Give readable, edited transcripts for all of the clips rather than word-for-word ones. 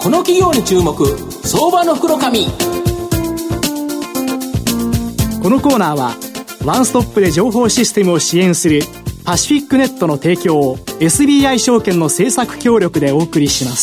この企業に注目、相場の袋紙。 このコーナーはワンストップで情報システムを支援するパシフィックネットの提供を SBI 証券の政策協力でお送りします。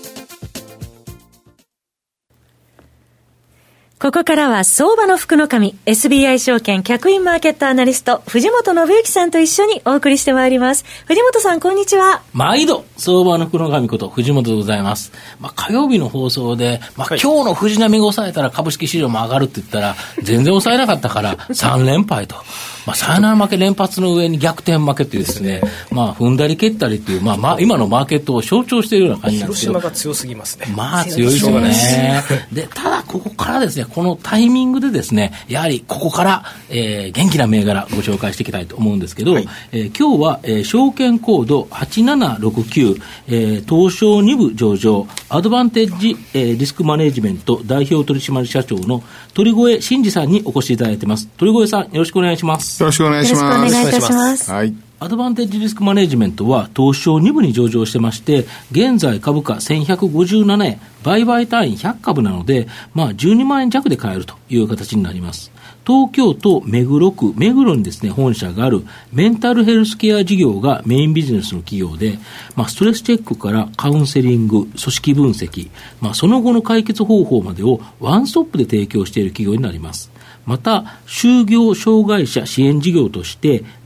ここからは相場の福の神 SBI 証券客員マーケットアナリスト藤本信之さんと一緒にお送りしてまいります。藤本さん、こんにちは。 毎度相場の福の神こと藤本でございます。火曜日の放送で、今日の藤波が抑えたら株式市場も上がるって言ったら全然抑えなかったから3連敗とサヨナラ負け連発の上に逆転負けってですね、踏んだり蹴ったりっていう、今のマーケットを象徴しているような感じなんですけど、 広島が強すぎますね。 強いですよね。で、ただここからですね、このタイミングでですね、やはりここから、元気な銘柄ご紹介していきたいと思うんですけど、今日は、証券コード8769、東証2部上場アドバンテージ、リスクマネジメント代表取締社長の鳥越真二さんにお越しいただいています。鳥越さん、よろしくお願いします。 よろしくお願いします。 よろしくお願いいたします。 はい。 アドバンテージリスクマネジメントは東証2部に上場してまして、現在株価1157円、売買単位100株なので、12万円弱で買えるという形になります。東京都目黒区目黒にですね、本社があるメンタルヘルスケア事業がメインビジネスの企業で、ストレスチェックからカウンセリング、組織分析、その後の解決方法までをワンストップで提供している企業になります。また、就業障害者支援事業として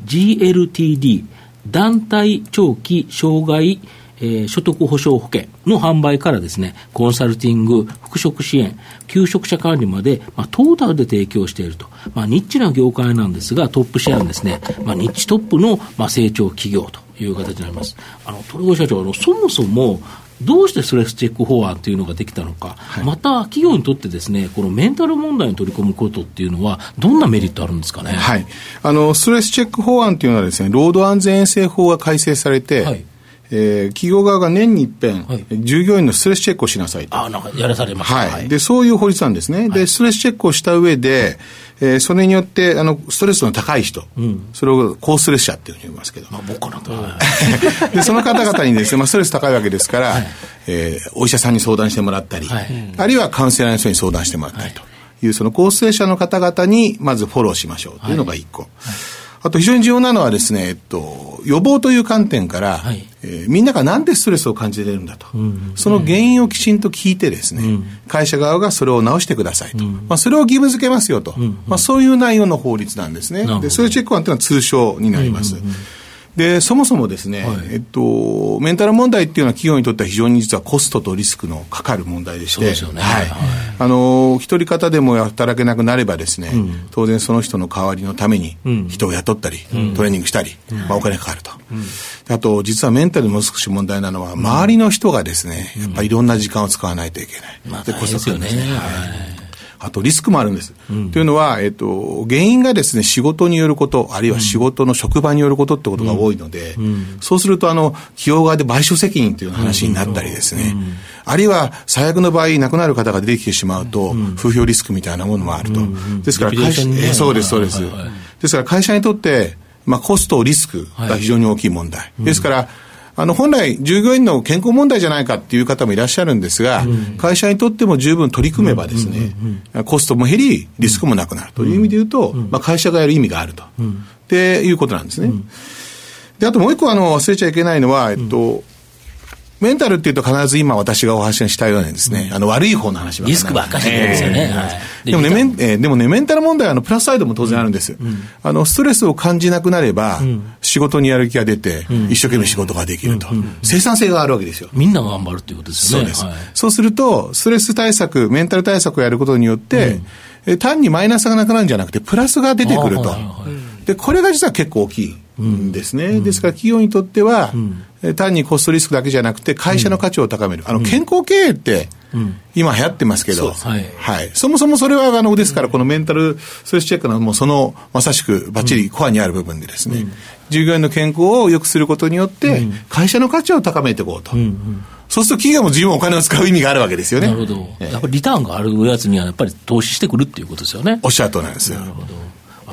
GLTD 団体長期障害、所得保障保険の販売からですね、コンサルティング、復職支援、求職者管理まで、トータルで提供していると、ニッチな業界なんですが、トップシェアのですね、ニッチトップの、成長企業という形になります。鳥越社長、そもそもどうしてストレスチェック法案というのができたのか、また企業にとってですね、このメンタル問題に取り込むことっていうのはどんなメリットあるんですかね。 はい、ストレスチェック法案というのはですね、労働安全衛生法が改正されて、企業側が年に一遍、従業員のストレスチェックをしなさいと。 なんかやらされました、 で、そういう法律なんですね。で、ストレスチェックをした上で、それによってストレスの高い人、それを高ストレス者っていうふうに言いますけど、 僕かなと、 でその方々にですね、ストレス高いわけですから、お医者さんに相談してもらったり、あるいはカウンセラーの人に相談してもらったりという、その高ストレス者の方々にまずフォローしましょうというのが一個。あと非常に重要なのはですね、予防という観点から、みんながなんでストレスを感じているんだと、その原因をきちんと聞いてですね、会社側がそれを直してくださいと、それを義務付けますよと、そういう内容の法律なんですね。で、ストレスチェック案というのは通称になります。で、そもそもですね、メンタル問題っていうのは企業にとっては非常に実はコストとリスクのかかる問題でして、一人方でも働けなくなればですね、当然その人の代わりのために人を雇ったり、トレーニングしたり、お金がかかると。あと、実はメンタルも少し問題なのは、周りの人がですね、やっぱりいろんな時間を使わないといけない。で、コストですよね。あとリスクもあるんです。というのは、原因がですね、仕事によること、あるいは仕事の職場によることってことが多いので、そうすると企業側で賠償責任という話になったりですね、あるいは最悪の場合亡くなる方が出てきてしまうと、風評リスクみたいなものもあると。ですから会社、そうです。ですから会社にとって、コストリスクが非常に大きい問題。ですから、本来従業員の健康問題じゃないかっていう方もいらっしゃるんですが、会社にとっても十分取り組めばですね、コストも減りリスクもなくなるという意味で言うと、会社がやる意味があると、っていうことなんですね。で、あともう一個忘れちゃいけないのは、メンタルっていうと必ず今私がお話ししたようにですね、悪い方の話ばっかりリスクばっかりですよね。 でもね、メンタル問題はプラスサイドも当然あるんです。ストレスを感じなくなれば、仕事にやる気が出て、一生懸命仕事ができると。生産性があるわけですよ。 みんなが頑張るっていうことですよね。 そうです。そうすると、ストレス対策、メンタル対策をやることによって、単にマイナスがなくなるんじゃなくて、プラスが出てくると。で、これが実は結構大きいんですね。ですから企業にとっては、単にコストリスクだけじゃなくて会社の価値を高める。健康経営って今流行ってますけど、そもそもそれはですからこのメンタルストレスチェックのもうそのまさしくバッチリコアにある部分でですね、従業員の健康を良くすることによって会社の価値を高めていこうと。そうすると企業も自分お金を使う意味があるわけですよね。 なるほど。やっぱりリターンがあるやつにはやっぱり投資してくるっていうことですよね。 おっしゃるとおりなんですよ。 なるほど。あ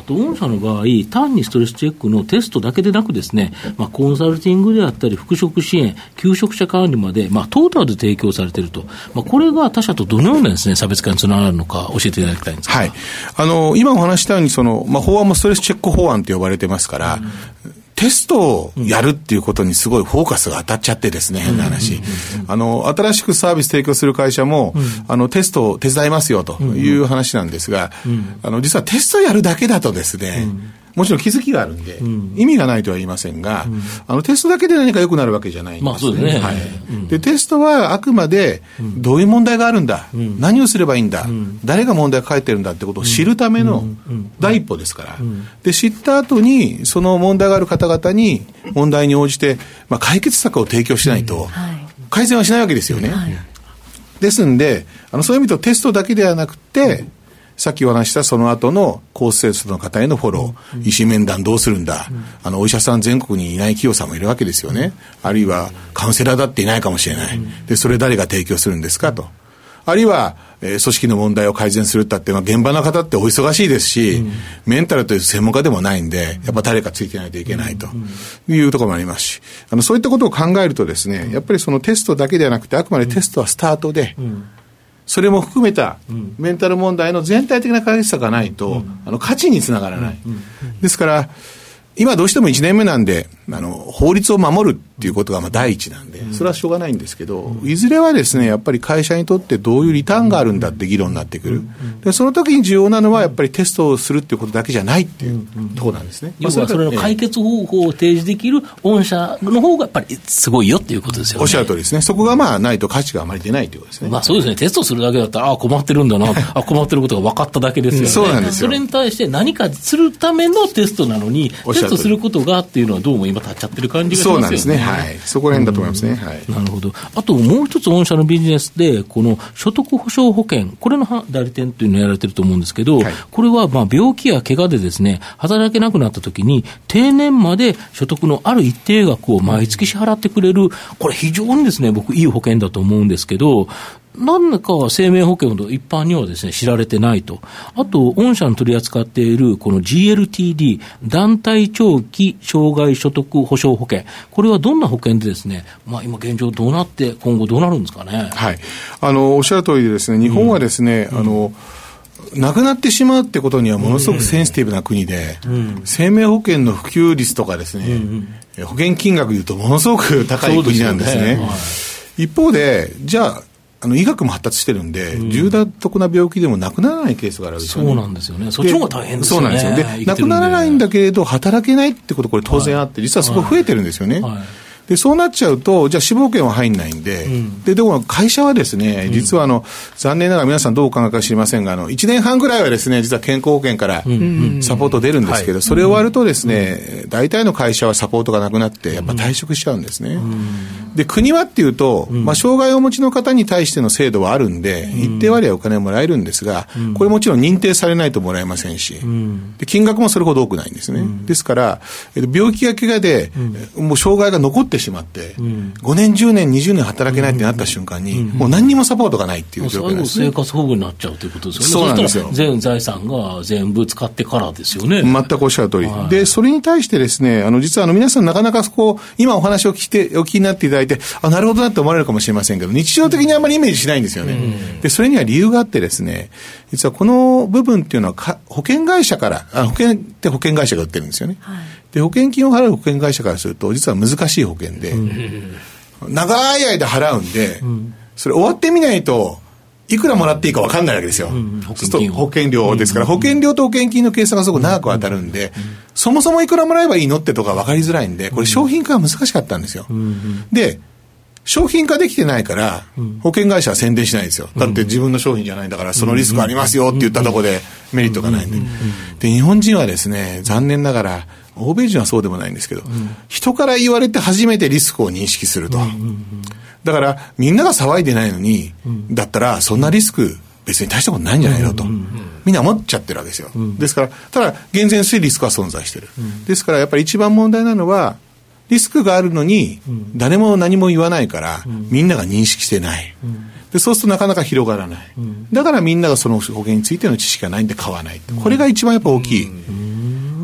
御社の場合、単にストレスチェックのテストだけでなくですね、コンサルティングであったり、復職支援、求職者管理まで、トータルで提供されていると。これが他社とどのようなですね、差別化につながるのか教えていただきたいんですが。 はい。今お話したように、法案もストレスチェック法案と呼ばれてますから、テストをやるっていうことにすごいフォーカスが当たっちゃってですね、変な話。新しくサービス提供する会社も、テストを手伝いますよという話なんですが、実はテストやるだけだとですね、もちろん気づきがあるんで、意味がないとは言いませんが、テストだけで何か良くなるわけじゃないんですね。 そうですね。 はい。で、テストはあくまで、どういう問題があるんだ、何をすればいいんだ、誰が問題を書いてるんだってことを知るための第一歩ですから。で、知った後に、その問題がある方々に、問題に応じて、解決策を提供しないと、改善はしないわけですよね。ですんで、そういう意味とテストだけではなくて、さっきお話したその後のコースセールスの方へのフォロー、医師面談どうするんだ、お医者さん全国にいない企業さんもいるわけですよね。あるいはカウンセラーだっていないかもしれない。で、それ誰が提供するんですかと。あるいは、組織の問題を改善するったっていうのは現場の方ってお忙しいですし、メンタルという専門家でもないんで、やっぱ誰かついてないといけないというところもありますし、そういったことを考えるとですね、やっぱりそのテストだけではなくて、あくまでテストはスタートで、それも含めたメンタル問題の全体的な解決策がないと、価値につながらない。ですから、今どうしても1年目なんで、法律を守るっていうことが第一なんで、それはしょうがないんですけど、いずれはですね、やっぱり会社にとってどういうリターンがあるんだって議論になってくる。で、その時に重要なのはやっぱりテストをするっていうことだけじゃないっていうところなんですね。 要はそれの解決方法を提示できる御社の方がやっぱりすごいよっていうことですよね。 おっしゃる通りですね。そこがないと価値があまり出ないということですね。 そうですね。テストするだけだったら、困ってるんだな、困ってることが分かっただけですよね。 そうなんですよ。 それに対して何かするためのテストなのに、テストすることがっていうのはどうも今立っちゃってる感じがしますよね。 そうなんですね。はい。そこら辺だと思いますね。はい。 なるほど。あともう一つ御社のビジネスで、この所得保障保険、これの代理店というのをやられてると思うんですけど、これは病気や怪我でですね、働けなくなった時に定年まで所得のある一定額を毎月支払ってくれる、これ非常にですね、僕いい保険だと思うんですけど、何かは生命保険ほど一般にはですね、知られてないと。あと、御社の取り扱っているこの GLTD、団体長期障害所得保障保険。これはどんな保険でですね、今現状どうなって、今後どうなるんですかね。 はい。おっしゃる通りでですね、日本はですね、亡くなってしまうってことにはものすごくセンシティブな国で、生命保険の普及率とかですね、保険金額でいうとものすごく高い国なんですね。一方で、じゃあ、医学も発達してるんで、重大な病気でも亡くならないケースがあるわけですよね。 そうなんですよね。そっちの方が大変ですよね。 そうなんですよ。で、亡くならないんだけれど、働けないってこと、これ当然あって、実はそこ増えてるんですよね。で、そうなっちゃうと、じゃあ死亡保険は入んないんで、でも会社はですね、実は残念ながら皆さんどうお考えか知りませんが、1年半ぐらいはですね、実は健康保険からサポート出るんですけど、それ終わるとですね、大体の会社はサポートがなくなって、やっぱ退職しちゃうんですね。で、国はっていうと、障害をお持ちの方に対しての制度はあるんで、一定割合お金をもらえるんですが、これもちろん認定されないともらえませんし、で、金額もそれほど多くないんですね。ですから、病気や怪我で、もう障害が残ってしまって、5年、10年、20年働けないってなった瞬間に、もう何にもサポートがないっていう状況なんですね。 生活保護になっちゃうということですよね。 そうなんですよ。 全財産が全部使ってからですよね。 全くおっしゃる通り。で、それに対してですね、実は皆さんなかなか今お話を聞いて、お聞きになっていただいて、なるほどなって思われるかもしれませんけど、日常的にあんまりイメージしないんですよね。で、それには理由があってですね、実はこの部分っていうのは保険会社から、保険って保険会社が売ってるんですよね。で、保険金を払う保険会社からすると、実は難しい保険で、長い間払うんで、それ終わってみないと、いくらもらっていいか分かんないわけですよ。保険料ですから、保険料と保険金の計算がすごく長く当たるんで、そもそもいくらもらえばいいのってとか分かりづらいんで、これ商品化が難しかったんですよ。で、商品化できてないから、保険会社は宣伝しないんですよ。だって自分の商品じゃないんだから、そのリスクありますよって言ったところでメリットがないんで。で、日本人はですね、残念ながら、欧米人はそうでもないんですけど、人から言われて初めてリスクを認識すると。だから、みんなが騒いでないのに、だったら、そんなリスク、別に大したことないんじゃないのと。みんな思っちゃってるわけですよ。ですから、ただ、厳然するリスクは存在している。ですから、やっぱり一番問題なのは、リスクがあるのに、誰も何も言わないから、みんなが認識してない。で、そうするとなかなか広がらない。だからみんながその保険についての知識がないんで買わない。これが一番やっぱ大きい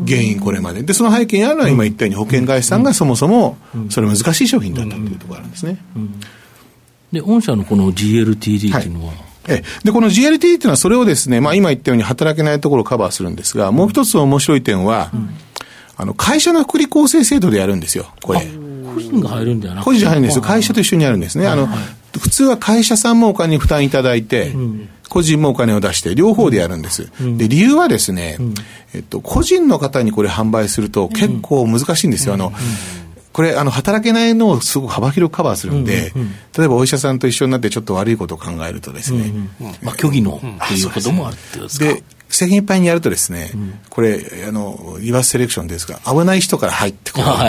原因これまでで、その背景にあるのは今言ったように保険会社さんがそもそもそれ難しい商品だったというところがあるんですね。 で御社のこの GLTD っていうのは、 でこの GLTD っていうのはそれをですね、今言ったように働けないところをカバーするんですが、もう一つ面白い点は、会社の福利厚生制度でやるんですよ。これ個人が入るんじゃなくて、 個人じゃ入るんですよ。会社と一緒にやるんですね。普通は会社さんもお金負担いただいて、個人もお金を出して両方でやるんです。で理由はですね、個人の方にこれ販売すると結構難しいんですよ。これ働けないのをすごく幅広くカバーするんで、例えばお医者さんと一緒になってちょっと悪いことを考えるとですね、 虚偽のっていうこともあるってことですか。 で責任いっぱいにやるとですね、これリバースセレクションですが、危ない人から入ってこない、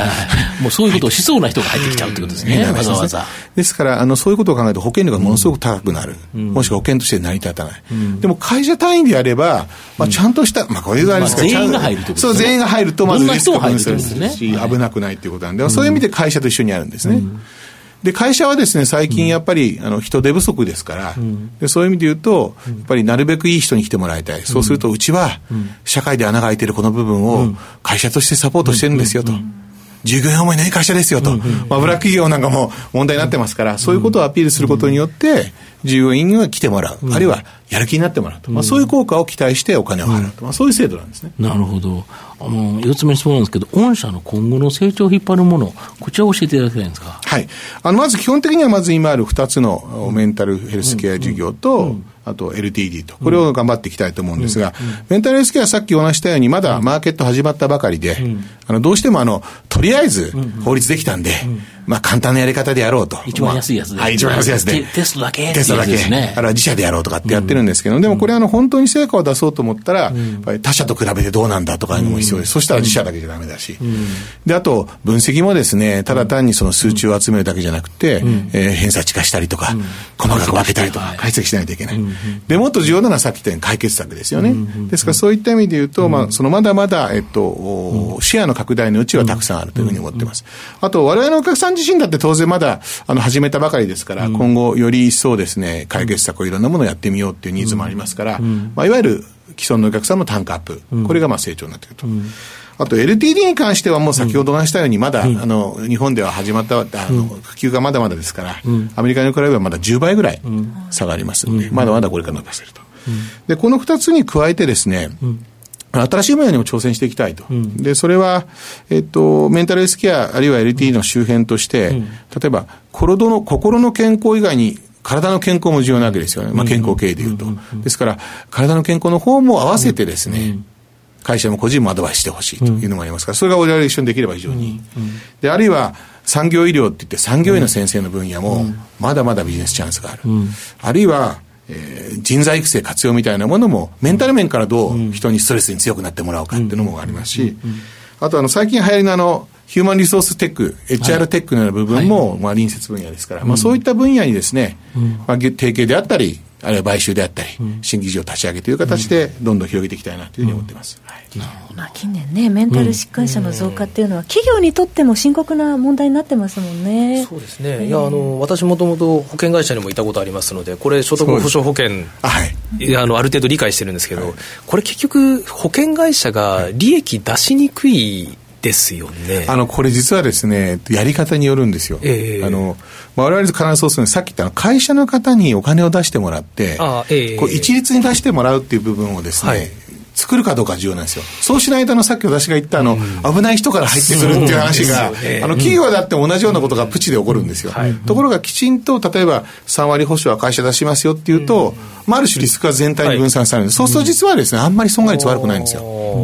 もうそういうことをしそうな人が入ってきちゃうってことですね、わざわざ。 ですからそういうことを考えると保険料がものすごく高くなる、もしくは保険として成り立たない、でも会社単位でやれば、ちゃんとした、こういうあれですから、 全員が入るってことですね。 そう、全員が入るとまずリスクが分散するし、 危なくないっていうことなんで、そういう意味で会社と一緒にやるんですね。で会社はですね、最近やっぱり人手不足ですから、でそういう意味で言うと、やっぱりなるべくいい人に来てもらいたい。そうするとうちは社会で穴が開いているこの部分を会社としてサポートしてるんですよと、従業員思いのいい会社ですよと、ブラック企業なんかも問題になってますから、そういうことをアピールすることによって従業員が来てもらう、あるいはやる気になってもらうと、そういう効果を期待してお金を払うと、そういう制度なんですね。 なるほど。4つ目の質問なんですけど、御社の今後の成長を引っ張るもの、こちらを教えていただきたいんですか。 はい、まず基本的にはまず今ある2つのメンタルヘルスケア事業と、あと LTD と、これを頑張っていきたいと思うんですが、メンタルヘルスケアはさっきお話したようにまだマーケット始まったばかりで、どうしてもとりあえず法律できたんで、簡単なやり方でやろうと、 一番安いやつで、 はい、一番安いやつでテストだけテストだけ、あるいは自社でやろうとかってやってるんですけど、でもこれ本当に成果を出そうと思ったら、やっぱり他社と比べてどうなんだとかいうのも必要です。そしたら自社だけじゃダメだし、であと分析もですね、ただ単にその数値を集めるだけじゃなくて、偏差値化したりとか、細かく分けたりとか解析しないといけない、でもっと重要なのはさっき言ったように解決策ですよね。ですからそういった意味で言うと、そのまだまだ、シェアの拡大の余地はたくさんあるというふうに思ってます。あと我々のお客さん自身だって当然まだ始めたばかりですから、今後より一層ですね、解決策をいろんなものをやってみようっていうニーズもありますから、いわゆる既存のお客さんの単価アップ、これが成長になっていると。あと LTD に関してはもう先ほどお話したようにまだ、日本では始まった普及がまだまだですから、アメリカに比べればまだ10倍ぐらい差がありますので、まだまだこれから伸ばせると。でこの2つに加えてですね、新しい分野にも挑戦していきたいと。でそれは、メンタルヘルスケアあるいは LTD の周辺として、例えば心の健康以外に体の健康も重要なわけですよね。健康経営でいうと。ですから体の健康の方も合わせてですね、会社も個人もアドバイスしてほしいというのもありますから、それが我々一緒にできれば非常にいい。であるいは産業医療っていって産業医の先生の分野もまだまだビジネスチャンスがある。あるいは人材育成活用みたいなものもメンタル面からどう人にストレスに強くなってもらうかっていうのもありますし、あと最近流行りのヒューマンリソーステック、HR テックのような部分も隣接分野ですから、そういった分野にですね、提携であったりあるいは買収であったり、新規事業を立ち上げという形でどんどん広げていきたいなというふうに思っています。 近年ね、メンタル疾患者の増加っていうのは企業にとっても深刻な問題になってますもんね。 そうですね。いや私もともと保険会社にもいたことありますので、これ所得保障保険、ある程度理解してるんですけど、これ結局保険会社が利益出しにくいですよね。 これ実はですね、やり方によるんですよ。我々必ずそうするのさっき言った会社の方にお金を出してもらって、こう一律に出してもらうっていう部分をですね、作るかどうか重要なんですよ。そうしないとさっき私が言った危ない人から入ってくるっていう話が、企業だって同じようなことがプチで起こるんですよ。ところがきちんと例えば3割保証は会社出しますよっていうと、ある種リスクが全体に分散されるんです。そうすると実はですね、あんまり損害率悪くないんですよ。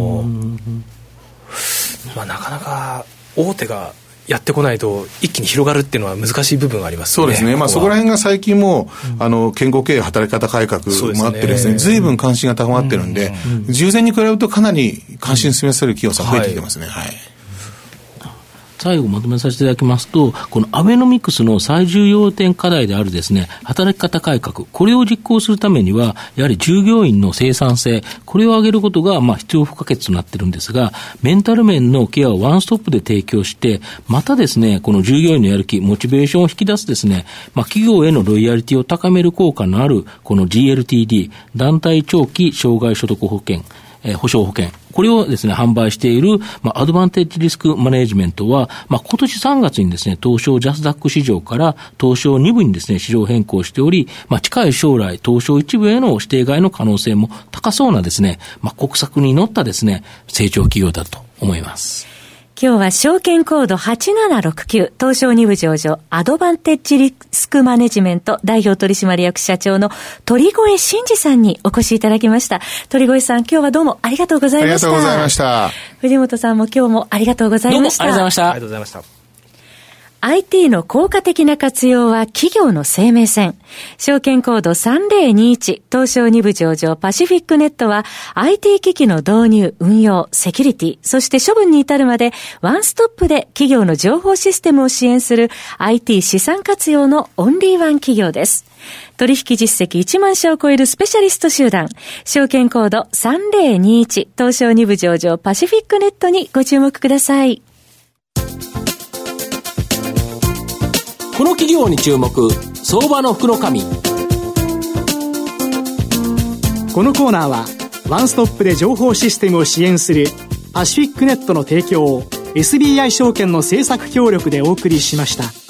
なかなか大手がやってこないと一気に広がるっていうのは難しい部分がありますね。 そうですね。そこら辺が最近も健康経営働き方改革もあってですね、随分関心が高まってるんで、従前に比べるとかなり関心示せる企業さん増えてきてますね。 最後まとめさせていただきますと、このアベノミクスの最重要点課題であるですね、働き方改革、これを実行するためには、やはり従業員の生産性、これを上げることが必要不可欠となっているんですが、メンタル面のケアをワンストップで提供して、またですね、この従業員のやる気、モチベーションを引き出すですね、企業へのロイヤリティを高める効果のある、この GLTD、団体長期障害所得保険、保証保険、 これをですね、販売している、アドバンテージリスクマネジメントは、今年3月にですね、東証ジャスダック市場から東証2部にですね、市場変更しており、近い将来、東証1部への指定外の可能性も高そうなですね、国策に乗ったですね、成長企業だと思います。 今日は証券コード8769東証2部上場アドバンテッジリスクマネジメント代表取締役社長の鳥越真二さんにお越しいただきました。鳥越さん、今日はどうもありがとうございました。 ありがとうございました。 藤本さんも今日もありがとうございました。 どうもありがとうございました。 ありがとうございました。 IT の効果的な活用は企業の生命線。証券コード3021東証2部上場パシフィックネットは IT 機器の導入、運用、セキュリティ、そして処分に至るまでワンストップで企業の情報システムを支援する IT 資産活用のオンリーワン企業です。取引実績1万社を超えるスペシャリスト集団、証券コード3021東証2部上場パシフィックネットにご注目ください。 この企業に注目、相場の福の神。 このコーナーはワンストップで情報システムを支援するパシフィックネットの提供を SBI 証券の政策協力でお送りしました。